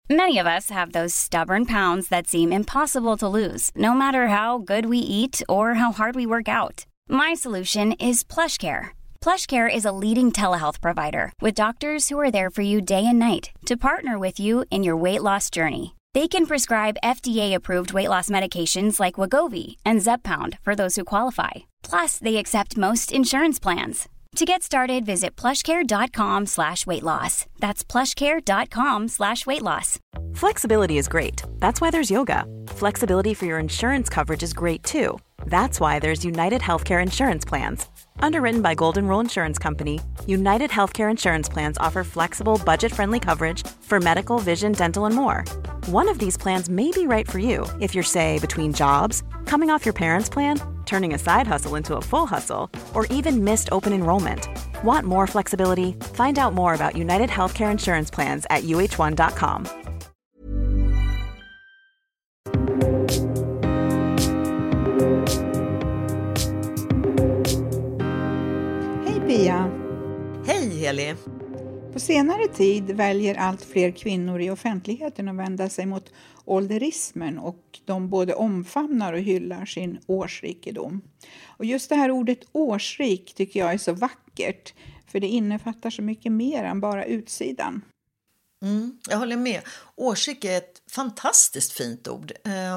Many of us have those stubborn pounds that seem impossible to lose, no matter how good we eat or how hard we work out. My solution is PlushCare. PlushCare is a leading telehealth provider with doctors who are there for you day and night to partner with you in your weight loss journey. They can prescribe FDA-approved weight loss medications like Wegovy and Zepbound for those who qualify. Plus, they accept most insurance plans. To get started, visit plushcare.com/weightloss. That's plushcare.com/weightloss. Flexibility is great. That's why there's yoga. Flexibility for your insurance coverage is great too. That's why there's United Healthcare Insurance Plans. Underwritten by Golden Rule Insurance Company, United Healthcare Insurance Plans offer flexible, budget-friendly coverage for medical, vision, dental, and more. One of these plans may be right for you if you're, say, between jobs, coming off your parents' plan, turning a side hustle into a full hustle, or even missed open enrollment. Want more flexibility? Find out more about United Healthcare Insurance Plans at uh1.com. Hej Pia! Hej Heli! På senare tid väljer allt fler kvinnor i offentligheten att vända sig mot ålderismen och de både omfamnar och hyllar sin årsrikedom. Och just det här ordet årsrik tycker jag är så vackert, för det innefattar så mycket mer än bara utsidan. Jag håller med. Årsrik är ett fantastiskt fint ord.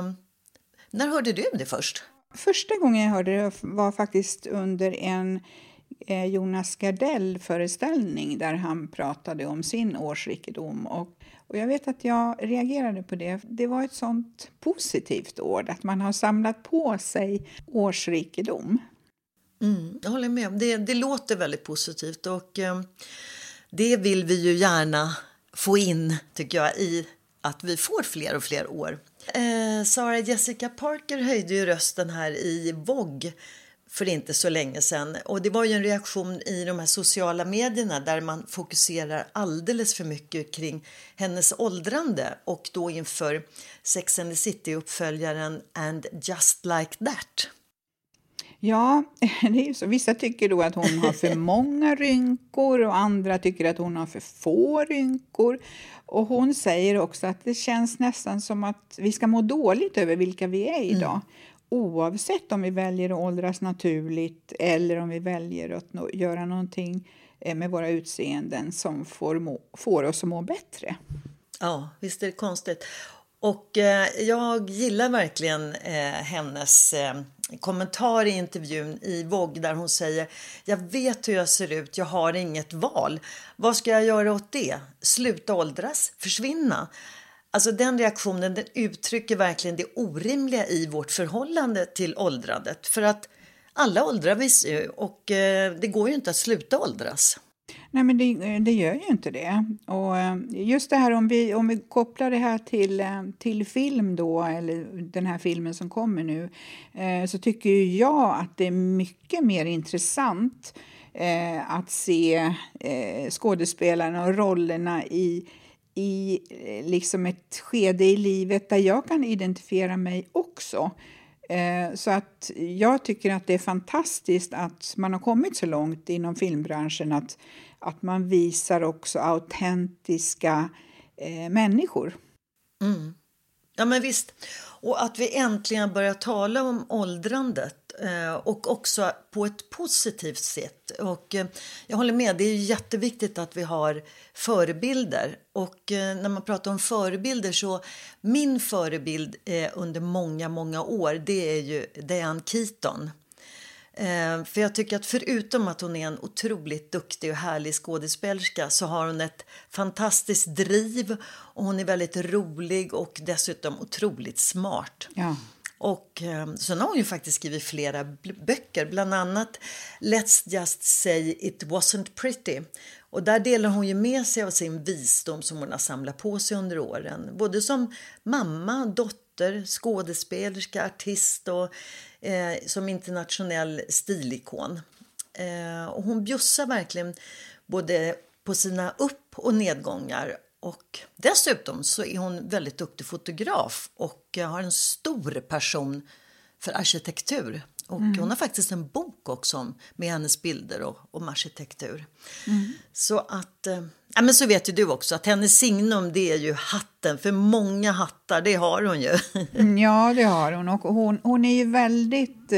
När hörde du det först? Första gången jag hörde det var faktiskt under en Jonas Gardell-föreställning där han pratade om sin årsrikedom. Och jag vet att jag reagerade på det. Det var ett sånt positivt ord, att man har samlat på sig årsrikedom. Jag håller med. Det låter väldigt positivt och det vill vi ju gärna få in, tycker jag, i att vi får fler och fler år. Sarah Jessica Parker höjde ju rösten här i Vogue för inte så länge sedan. Och det var ju en reaktion i de här sociala medierna där man fokuserar alldeles för mycket kring hennes åldrande. Och då inför Sex and the City-uppföljaren And Just Like That. Ja, det är ju så. Vissa tycker då att hon har för många rynkor och andra tycker att hon har för få rynkor. Och hon säger också att det känns nästan som att vi ska må dåligt över vilka vi är idag. Oavsett om vi väljer att åldras naturligt eller om vi väljer att göra någonting med våra utseenden som får oss att må bättre. Ja, visst är det konstigt. Och jag gillar verkligen hennes kommentar i intervjun i Vogue där hon säger: jag vet hur jag ser ut, jag har inget val. Vad ska jag göra åt det? Sluta åldras? Försvinna? Alltså den reaktionen, den uttrycker verkligen det orimliga i vårt förhållande till åldrandet. För att alla åldrar vi ju och det går ju inte att sluta åldras. Nej, men det gör ju inte det. Och just det här om vi kopplar det här till film då, eller den här filmen som kommer nu, så tycker ju jag att det är mycket mer intressant att se skådespelarna och rollerna i liksom ett skede i livet där jag kan identifiera mig också. Så att jag tycker att det är fantastiskt att man har kommit så långt inom filmbranschen att man visar också autentiska människor. Ja men visst, och att vi äntligen börjar tala om åldrandet och också på ett positivt sätt. Och jag håller med, det är jätteviktigt att vi har förebilder. Och när man pratar om förebilder så min förebild under många år, det är ju Diane Keaton. För jag tycker att förutom att hon är en otroligt duktig och härlig skådespelerska så har hon ett fantastiskt driv och hon är väldigt rolig och dessutom otroligt smart. Ja. Och så har hon ju faktiskt skrivit flera böcker, bland annat Let's Just Say It Wasn't Pretty. Och där delar hon ju med sig av sin visdom som hon har samlat på sig under åren. Både som mamma, dotter, skådespelerska, artist och som internationell stilikon. Och hon bjussar verkligen både på sina upp- och nedgångar. Och dessutom så är hon väldigt duktig fotograf och har en stor passion för arkitektur. Och hon har faktiskt en bok också med hennes bilder om arkitektur. Så att, men så vet ju du också att hennes signum, det är ju hatten. För många hattar, det har hon ju. Ja, det har hon. Och hon är ju väldigt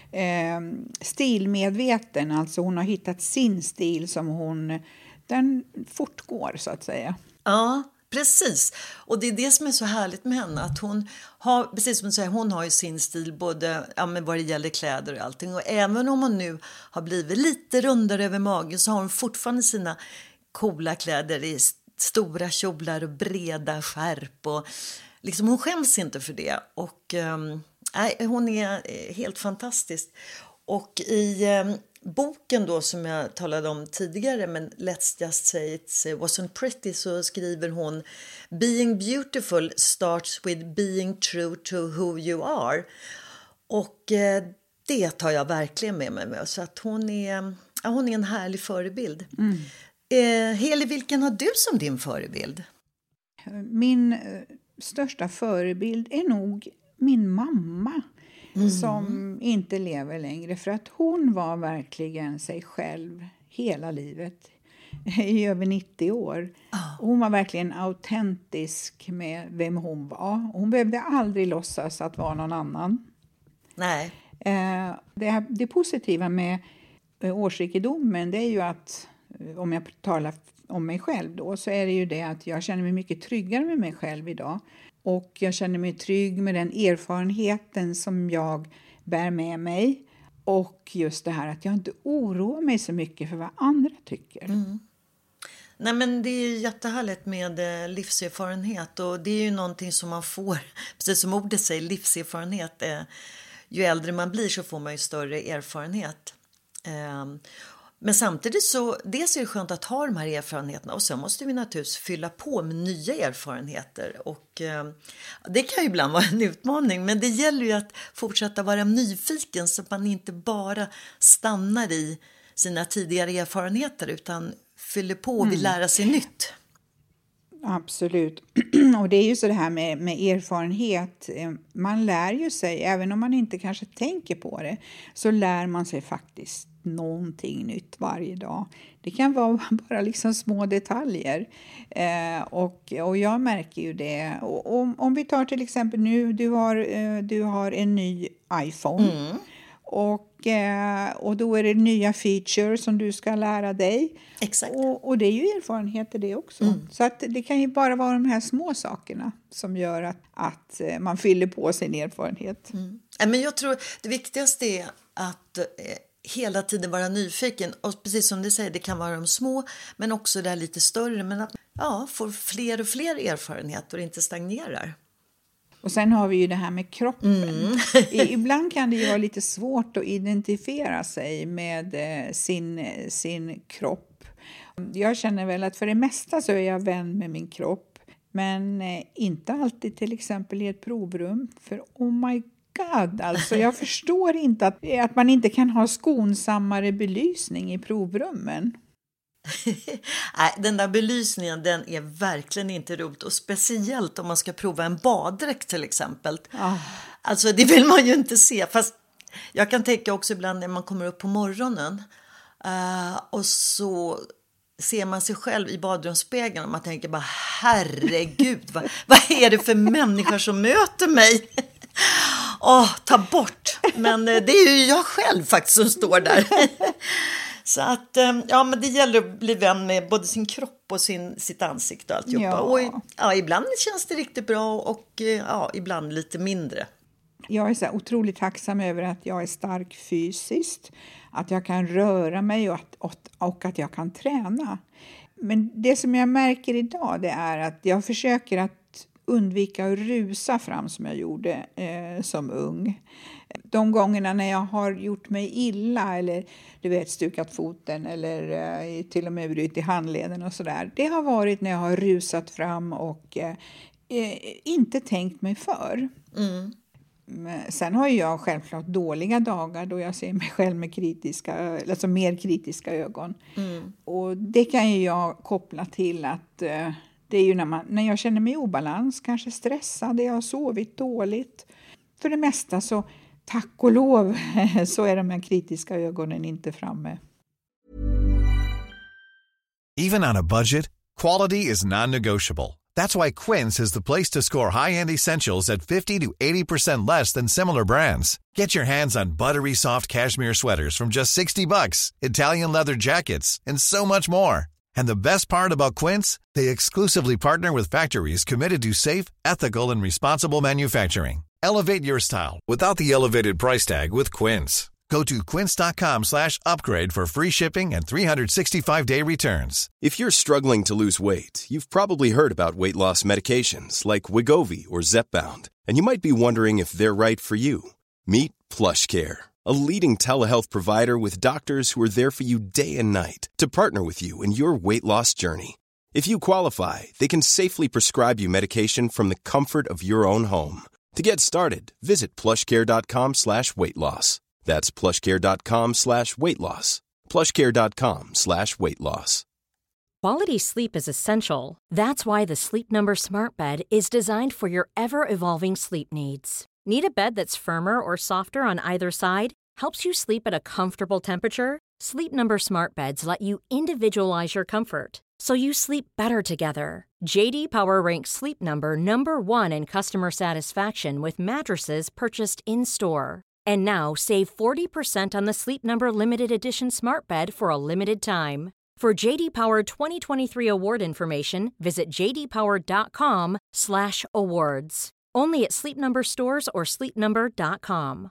stilmedveten. Alltså hon har hittat sin stil som den fortgår så att säga. Ja, precis. Och det är det som är så härligt med henne. Att hon har, precis som du säger, hon har ju sin stil både vad det gäller kläder och allting. Och även om hon nu har blivit lite rundare över magen så har hon fortfarande sina coola kläder i stora kjolar och breda skärp. Och liksom hon skäms inte för det. Och hon är helt fantastisk. Och i boken då som jag talade om tidigare, men Let's just say it wasn't pretty, så skriver hon: Being beautiful starts with being true to who you are. Och det tar jag verkligen med mig. Så att hon är en härlig förebild. Heli, vilken har du som din förebild? Min största förebild är nog min mamma. Som inte lever längre, för att hon var verkligen sig själv hela livet i över 90 år. Hon var verkligen autentisk med vem hon var. Hon behövde aldrig låtsas att vara någon annan. Nej. Det positiva med årsrikedomen, det är ju att, om jag talar om mig själv då, så är det ju det att jag känner mig mycket tryggare med mig själv idag. Och jag känner mig trygg med den erfarenheten som jag bär med mig. Och just det här att jag inte oroar mig så mycket för vad andra tycker. Nej, men det är jättehärligt med livserfarenhet. Och det är ju någonting som man får, precis som ordet säger, livserfarenhet. Ju äldre man blir så får man ju större erfarenhet. Men samtidigt så, dels är det skönt att ha de här erfarenheterna, och så måste vi naturligtvis fylla på med nya erfarenheter. Och det kan ju ibland vara en utmaning, men det gäller ju att fortsätta vara nyfiken så att man inte bara stannar i sina tidigare erfarenheter utan fyller på och vill lära sig nytt. Absolut. Och det är ju så det här med erfarenhet. Man lär ju sig, även om man inte kanske tänker på det, så lär man sig faktiskt någonting nytt varje dag. Det kan vara bara liksom små detaljer. Och jag märker ju det. Och om vi tar till exempel nu, du har en ny iPhone. Och då är det nya features som du ska lära dig. Exakt. Och det är ju erfarenheter det också. Så att det kan ju bara vara de här små sakerna som gör att man fyller på sin erfarenhet. Men jag tror det viktigaste är att hela tiden vara nyfiken. Och precis som du säger, det kan vara de små men också det lite större. Men att får fler och fler erfarenheter och inte stagnerar. Och sen har vi ju det här med kroppen. Ibland kan det ju vara lite svårt att identifiera sig med sin kropp. Jag känner väl att för det mesta så är jag vän med min kropp. Men inte alltid till exempel i ett provrum. För oh my god, alltså jag förstår inte att man inte kan ha skonsammare belysning i provrummen. Nej, den där belysningen, den är verkligen inte roligt. Och speciellt om man ska prova en baddräkt till exempel. Alltså det vill man ju inte se. Fast jag kan tänka också ibland när man kommer upp på morgonen och så ser man sig själv i badrumsspegeln och man tänker bara, herregud, vad är det för människor som möter mig? Ta bort. Men det är ju jag själv faktiskt som står där. Så att, men det gäller att bli vän med både sin kropp och sitt ansikte och alltihopa. Ja. Och ibland känns det riktigt bra och ibland lite mindre. Jag är så otroligt tacksam över att jag är stark fysiskt. Att jag kan röra mig och att jag kan träna. Men det som jag märker idag, det är att jag försöker att undvika att rusa fram som jag gjorde som ung. De gångerna när jag har gjort mig illa eller stukat foten eller till och med brutit handleden och sådär. Det har varit när jag har rusat fram och inte tänkt mig för. Sen har jag självklart dåliga dagar då jag ser mig själv med mer kritiska ögon. Och det kan ju jag koppla till att det är ju när jag känner mig i obalans, kanske stressad, jag har sovit dåligt. För det mesta så tack och lov så är de här kritiska ögonen inte framme. Even on a budget, quality is non-negotiable. That's why Quince is the place to score high-end essentials at 50 to 80% less than similar brands. Get your hands on buttery soft cashmere sweaters from just $60, Italian leather jackets, and so much more. And the best part about Quince, they exclusively partner with factories committed to safe, ethical, and responsible manufacturing. Elevate your style without the elevated price tag with Quince. Go to quince.com/upgrade for free shipping and 365-day returns. If you're struggling to lose weight, you've probably heard about weight loss medications like Wegovy or Zepbound, and you might be wondering if they're right for you. Meet PlushCare, a leading telehealth provider with doctors who are there for you day and night to partner with you in your weight loss journey. If you qualify, they can safely prescribe you medication from the comfort of your own home. To get started, visit plushcare.com/weightloss. That's plushcare.com/weightloss. plushcare.com/weightloss. Quality sleep is essential. That's why the Sleep Number Smart Bed is designed for your ever-evolving sleep needs. Need a bed that's firmer or softer on either side? Helps you sleep at a comfortable temperature? Sleep Number Smart Beds let you individualize your comfort, so you sleep better together. JD Power ranks Sleep Number #1 in customer satisfaction with mattresses purchased in-store. And now save 40% on the Sleep Number Limited Edition Smart Bed for a limited time. For JD Power 2023 award information, visit jdpower.com/awards. Only at Sleep Number stores or sleepnumber.com.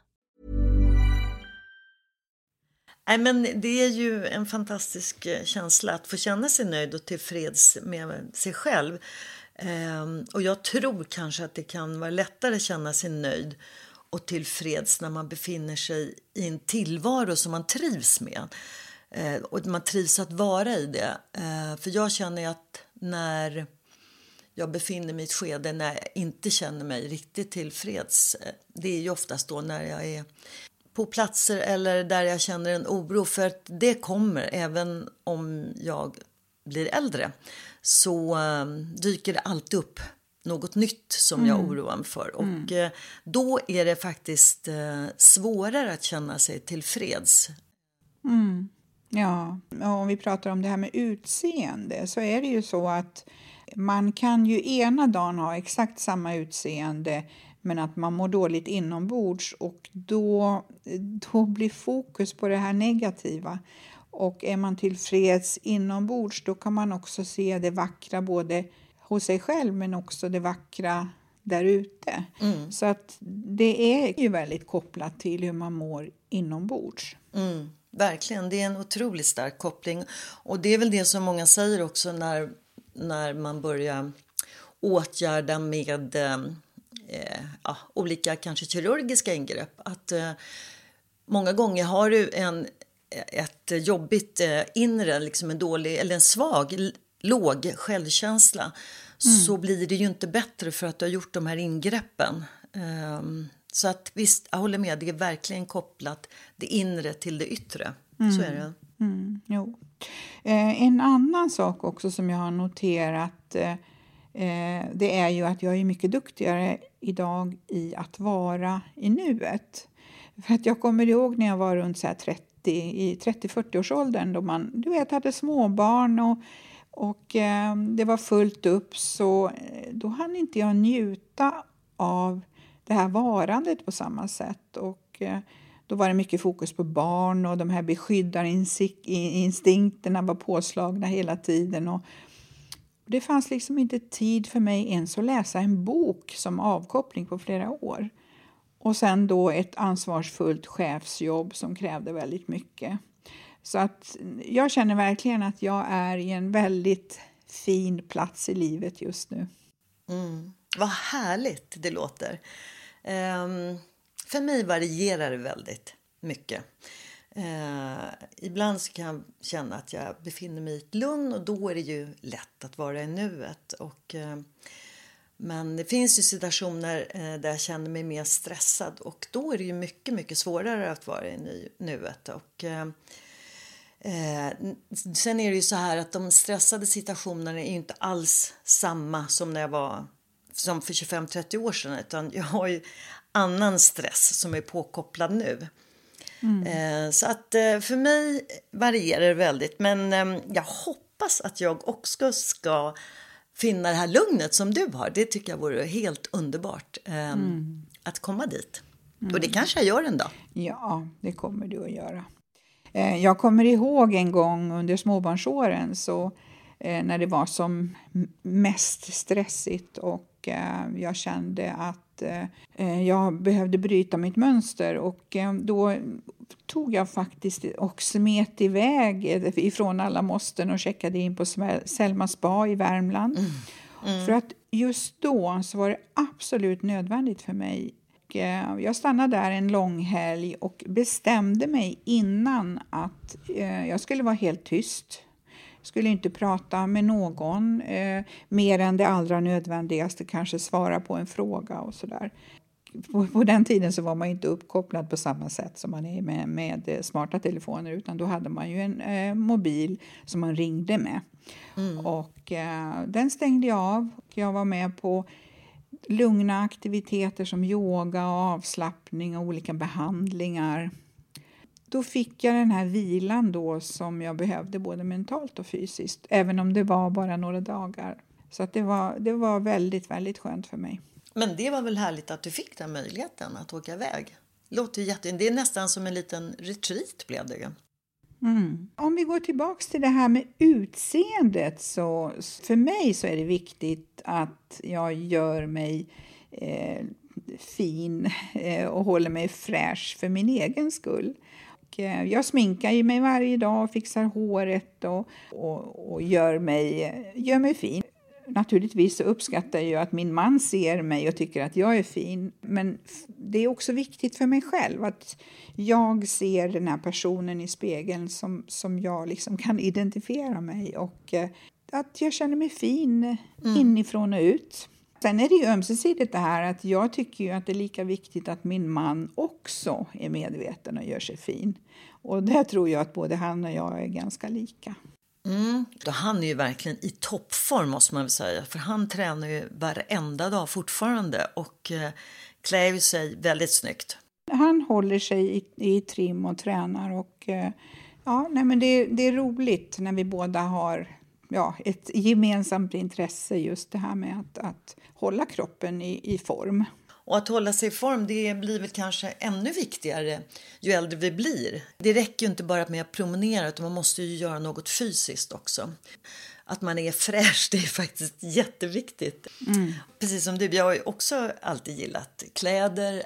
Nej, men det är ju en fantastisk känsla att få känna sig nöjd och tillfreds med sig själv. Och jag tror kanske att det kan vara lättare att känna sig nöjd och tillfreds när man befinner sig i en tillvaro som man trivs med. Och man trivs att vara i det. För jag känner att när jag befinner mig i ett skede när jag inte känner mig riktigt tillfreds, det är ju oftast då när jag är på platser eller där jag känner en oro, för att det kommer även om jag blir äldre, så dyker det alltid upp något nytt som jag oroar mig för. Och då är det faktiskt svårare att känna sig tillfreds. Ja, och om vi pratar om det här med utseende så är det ju så att man kan ju ena dagen ha exakt samma utseende men att man mår dåligt inombords, och då blir fokus på det här negativa. Och är man tillfreds inombords då kan man också se det vackra både hos sig själv men också det vackra där ute. Så att det är ju väldigt kopplat till hur man mår inombords. Verkligen, det är en otroligt stark koppling. Och det är väl det som många säger också när man börjar åtgärda med olika kanske kirurgiska ingrepp. Att många gånger har du ett jobbigt inre, liksom en dålig eller en svag, låg självkänsla, så blir det ju inte bättre för att du har gjort de här ingreppen. Så att visst, jag håller med, det är verkligen kopplat det inre till det yttre. Så är det. Jo. En annan sak också som jag har noterat, det är ju att jag är mycket duktigare idag i att vara i nuet. För att jag kommer ihåg när jag var runt så här 30-40-årsåldern då man hade småbarn och det var fullt upp, så då hann inte jag njuta av det här varandet på samma sätt, och då var det mycket fokus på barn och de här beskyddar-instinkterna var påslagna hela tiden, och det fanns liksom inte tid för mig ens att läsa en bok som avkoppling på flera år. Och sen då ett ansvarsfullt chefsjobb som krävde väldigt mycket. Så att jag känner verkligen att jag är i en väldigt fin plats i livet just nu. Vad härligt det låter. För mig varierar det väldigt mycket. Ibland så kan jag känna att jag befinner mig i ett lugn, och då är det ju lätt att vara i nuet. Men det finns ju situationer där jag känner mig mer stressad, och då är det ju mycket, mycket svårare att vara i nuet. Och sen är det ju så här att de stressade situationerna är ju inte alls samma som när jag var som för 25-30 år sedan, utan jag har ju annan stress som är påkopplad nu. Så att för mig varierar det väldigt, men jag hoppas att jag också ska finna det här lugnet som du har. Det tycker jag vore helt underbart att komma dit. Och det kanske jag gör en dag. Ja, det kommer du att göra. Jag kommer ihåg en gång under småbarnsåren så när det var som mest stressigt och jag kände att jag behövde bryta mitt mönster, och då tog jag faktiskt och smet iväg ifrån alla måsten och checkade in på Selma Spa i Värmland. För att just då så var det absolut nödvändigt för mig. Jag stannade där en lång helg och bestämde mig innan att jag skulle vara helt tyst. Jag skulle inte prata med någon mer än det allra nödvändigaste, kanske svara på en fråga och sådär. På den tiden så var man inte uppkopplad på samma sätt som man är med smarta telefoner, utan då hade man ju en mobil som man ringde med. Och den stängde jag av. Jag var med på lugna aktiviteter som yoga och avslappning och olika behandlingar. Då fick jag den här vilan då som jag behövde både mentalt och fysiskt, även om det var bara några dagar. Så att det var väldigt, väldigt skönt för mig. Men det var väl härligt att du fick den möjligheten att åka iväg. Det är nästan som en liten retreat blev det ju. Om vi går tillbaka till det här med utseendet, så för mig så är det viktigt att jag gör mig fin och håller mig fräsch för min egen skull. Jag sminkar mig varje dag och fixar håret och gör mig fin. Naturligtvis så uppskattar jag att min man ser mig och tycker att jag är fin. Men det är också viktigt för mig själv att jag ser den här personen i spegeln som jag liksom kan identifiera mig. Och att jag känner mig fin inifrån och ut. Sen är det ju ömsesidigt det här att jag tycker ju att det är lika viktigt att min man också är medveten och gör sig fin. Och där tror jag att både han och jag är ganska lika. Han är ju verkligen i toppform måste man väl säga. För han tränar ju varenda dag fortfarande och klär sig väldigt snyggt. Han håller sig i trim och tränar och men det är roligt när vi båda har ett gemensamt intresse, just det här med att hålla kroppen i form. Och att hålla sig i form, det blir väl kanske ännu viktigare ju äldre vi blir. Det räcker ju inte bara med att promenera, utan man måste ju göra något fysiskt också. Att man är fräsch, det är faktiskt jätteviktigt. Precis som du, jag har ju också alltid gillat kläder.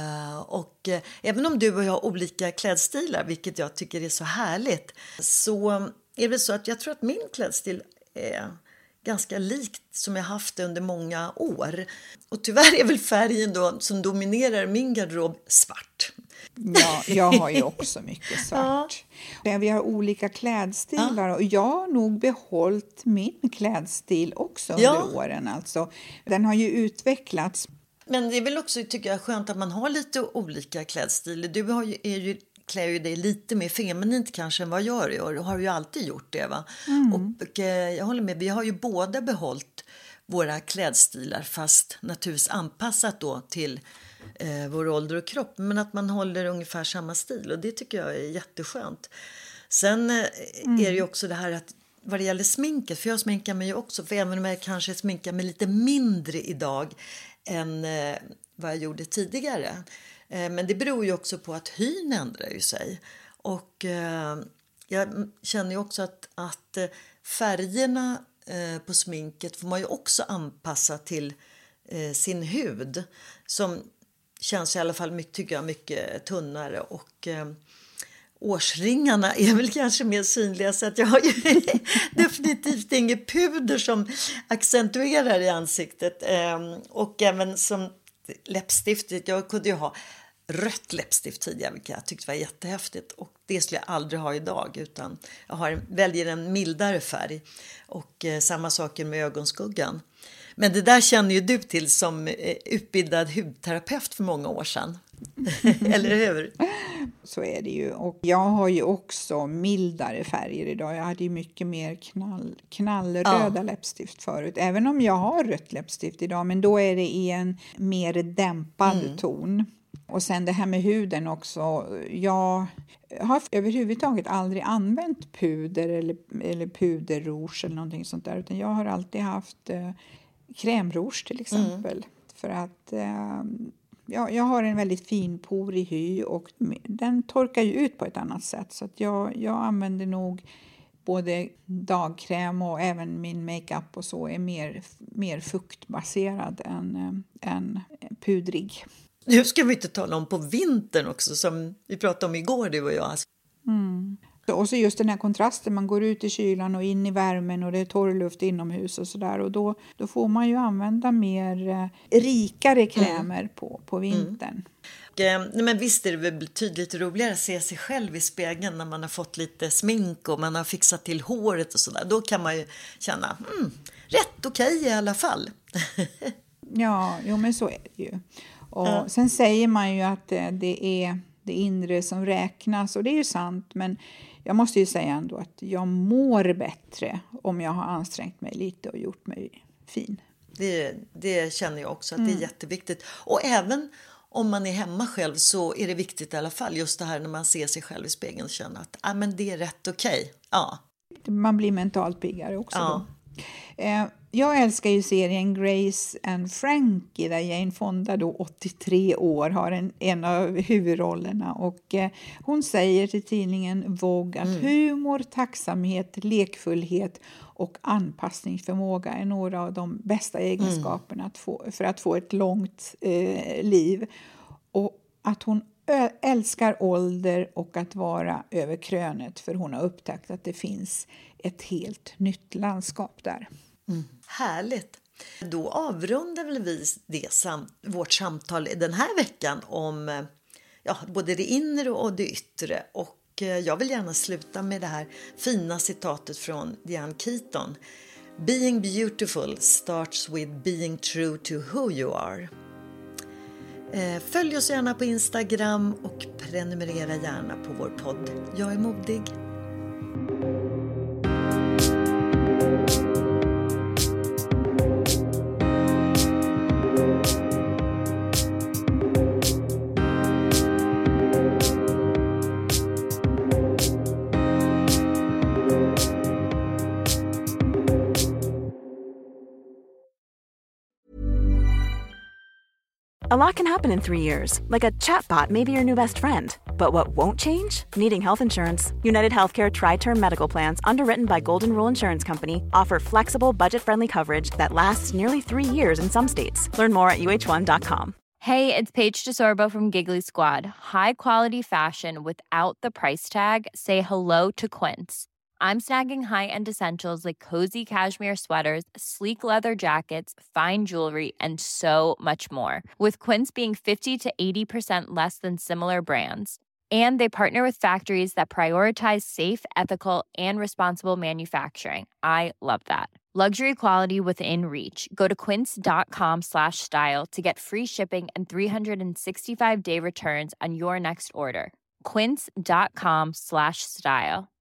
Och även om du och jag har olika klädstilar, vilket jag tycker är så härligt, så är det så att jag tror att min klädstil är ganska likt som jag haft under många år. Och tyvärr är väl färgen då som dominerar min garderob svart. Ja, jag har ju också mycket svart. Ja. Vi har olika klädstilar och jag har nog behållit min klädstil också under åren. Alltså. Den har ju utvecklats. Men det är väl också, tycker jag, skönt att man har lite olika klädstilar. Du klär ju dig lite mer feminint kanske än vad jag gör. Och har ju alltid gjort det, va? Och jag håller med, vi har ju båda behållit våra klädstilar, fast naturligtvis anpassat då till vår ålder och kropp. Men att man håller ungefär samma stil, och det tycker jag är jätteskönt. Sen är det ju också det här att vad det gäller sminket, för jag sminkar mig ju också, för även om jag kanske sminkar mig lite mindre idag än vad jag gjorde tidigare. Men det beror ju också på att hyn ändrar ju sig. Och jag känner ju också att färgerna på sminket får man ju också anpassa till sin hud. Som känns i alla fall mycket tunnare. Och årsringarna är väl kanske mer synliga, så att jag har ju definitivt inget puder som accentuerar i ansiktet. Och även som läppstiftet, jag kunde ju ha rött läppstift tidigare, vilket jag tyckte var jättehäftigt, och det skulle jag aldrig ha idag, utan jag väljer en mildare färg. Och samma saker med ögonskuggan. Men det där känner ju du till som utbildad hudterapeut för många år sedan. Eller hur? Så är det ju. Och jag har ju också mildare färger idag. Jag hade ju mycket mer knallröda läppstift förut. Även om jag har rött läppstift idag. Men då är det i en mer dämpad ton. Och sen det här med huden också. Jag har överhuvudtaget aldrig använt puder eller puderrouge eller någonting sånt där. Utan jag har alltid haft krämrouge till exempel. För att jag har en väldigt fin porig hy och den torkar ju ut på ett annat sätt. Så att jag använder nog både dagkräm och även min makeup och så är mer fuktbaserad än pudrig. Nu ska vi inte tala om på vintern också som vi pratade om igår du och jag. Och så just den här kontrasten, man går ut i kylan och in i värmen och det är torrluft inomhus och sådär. Och då får man ju använda mer rikare krämer på vintern. Men visst är det väl betydligt roligare att se sig själv i spegeln när man har fått lite smink och man har fixat till håret och sådär. Då kan man ju känna, rätt okej i alla fall. Ja, men så är det ju. Och sen säger man ju att det är det inre som räknas och det är ju sant, men jag måste ju säga ändå att jag mår bättre om jag har ansträngt mig lite och gjort mig fin. Det känner jag också att det är jätteviktigt. Och även om man är hemma själv så är det viktigt i alla fall just det här när man ser sig själv i spegeln och känner att men det är rätt okej. Ja. Man blir mentalt piggare också då. Jag älskar ju serien Grace and Frankie där Jane Fonda då 83 år har en av huvudrollerna och hon säger till tidningen Vogue att humor, tacksamhet, lekfullhet och anpassningsförmåga är några av de bästa egenskaperna för att få ett långt liv och att hon älskar ålder och att vara över krönet för hon har upptäckt att det finns ett helt nytt landskap där. Härligt. Då avrundar väl vi vårt samtal den här veckan om både det inre och det yttre. Och jag vill gärna sluta med det här fina citatet från Diane Keaton. Being beautiful starts with being true to who you are. Följ oss gärna på Instagram och prenumerera gärna på vår podd. Jag är modig. A lot can happen in 3 years, like a chatbot may be your new best friend. But what won't change? Needing health insurance. United Healthcare Tri-Term Medical Plans, underwritten by Golden Rule Insurance Company, offer flexible, budget-friendly coverage that lasts nearly 3 years in some states. Learn more at uh1.com. Hey, it's Paige DeSorbo from Giggly Squad. High quality fashion without the price tag. Say hello to Quince. I'm snagging high-end essentials like cozy cashmere sweaters, sleek leather jackets, fine jewelry, and so much more. With Quince being 50 to 80% less than similar brands. And they partner with factories that prioritize safe, ethical, and responsible manufacturing. I love that. Luxury quality within reach. Go to quince.com/style to get free shipping and 365-day returns on your next order. Quince.com/style.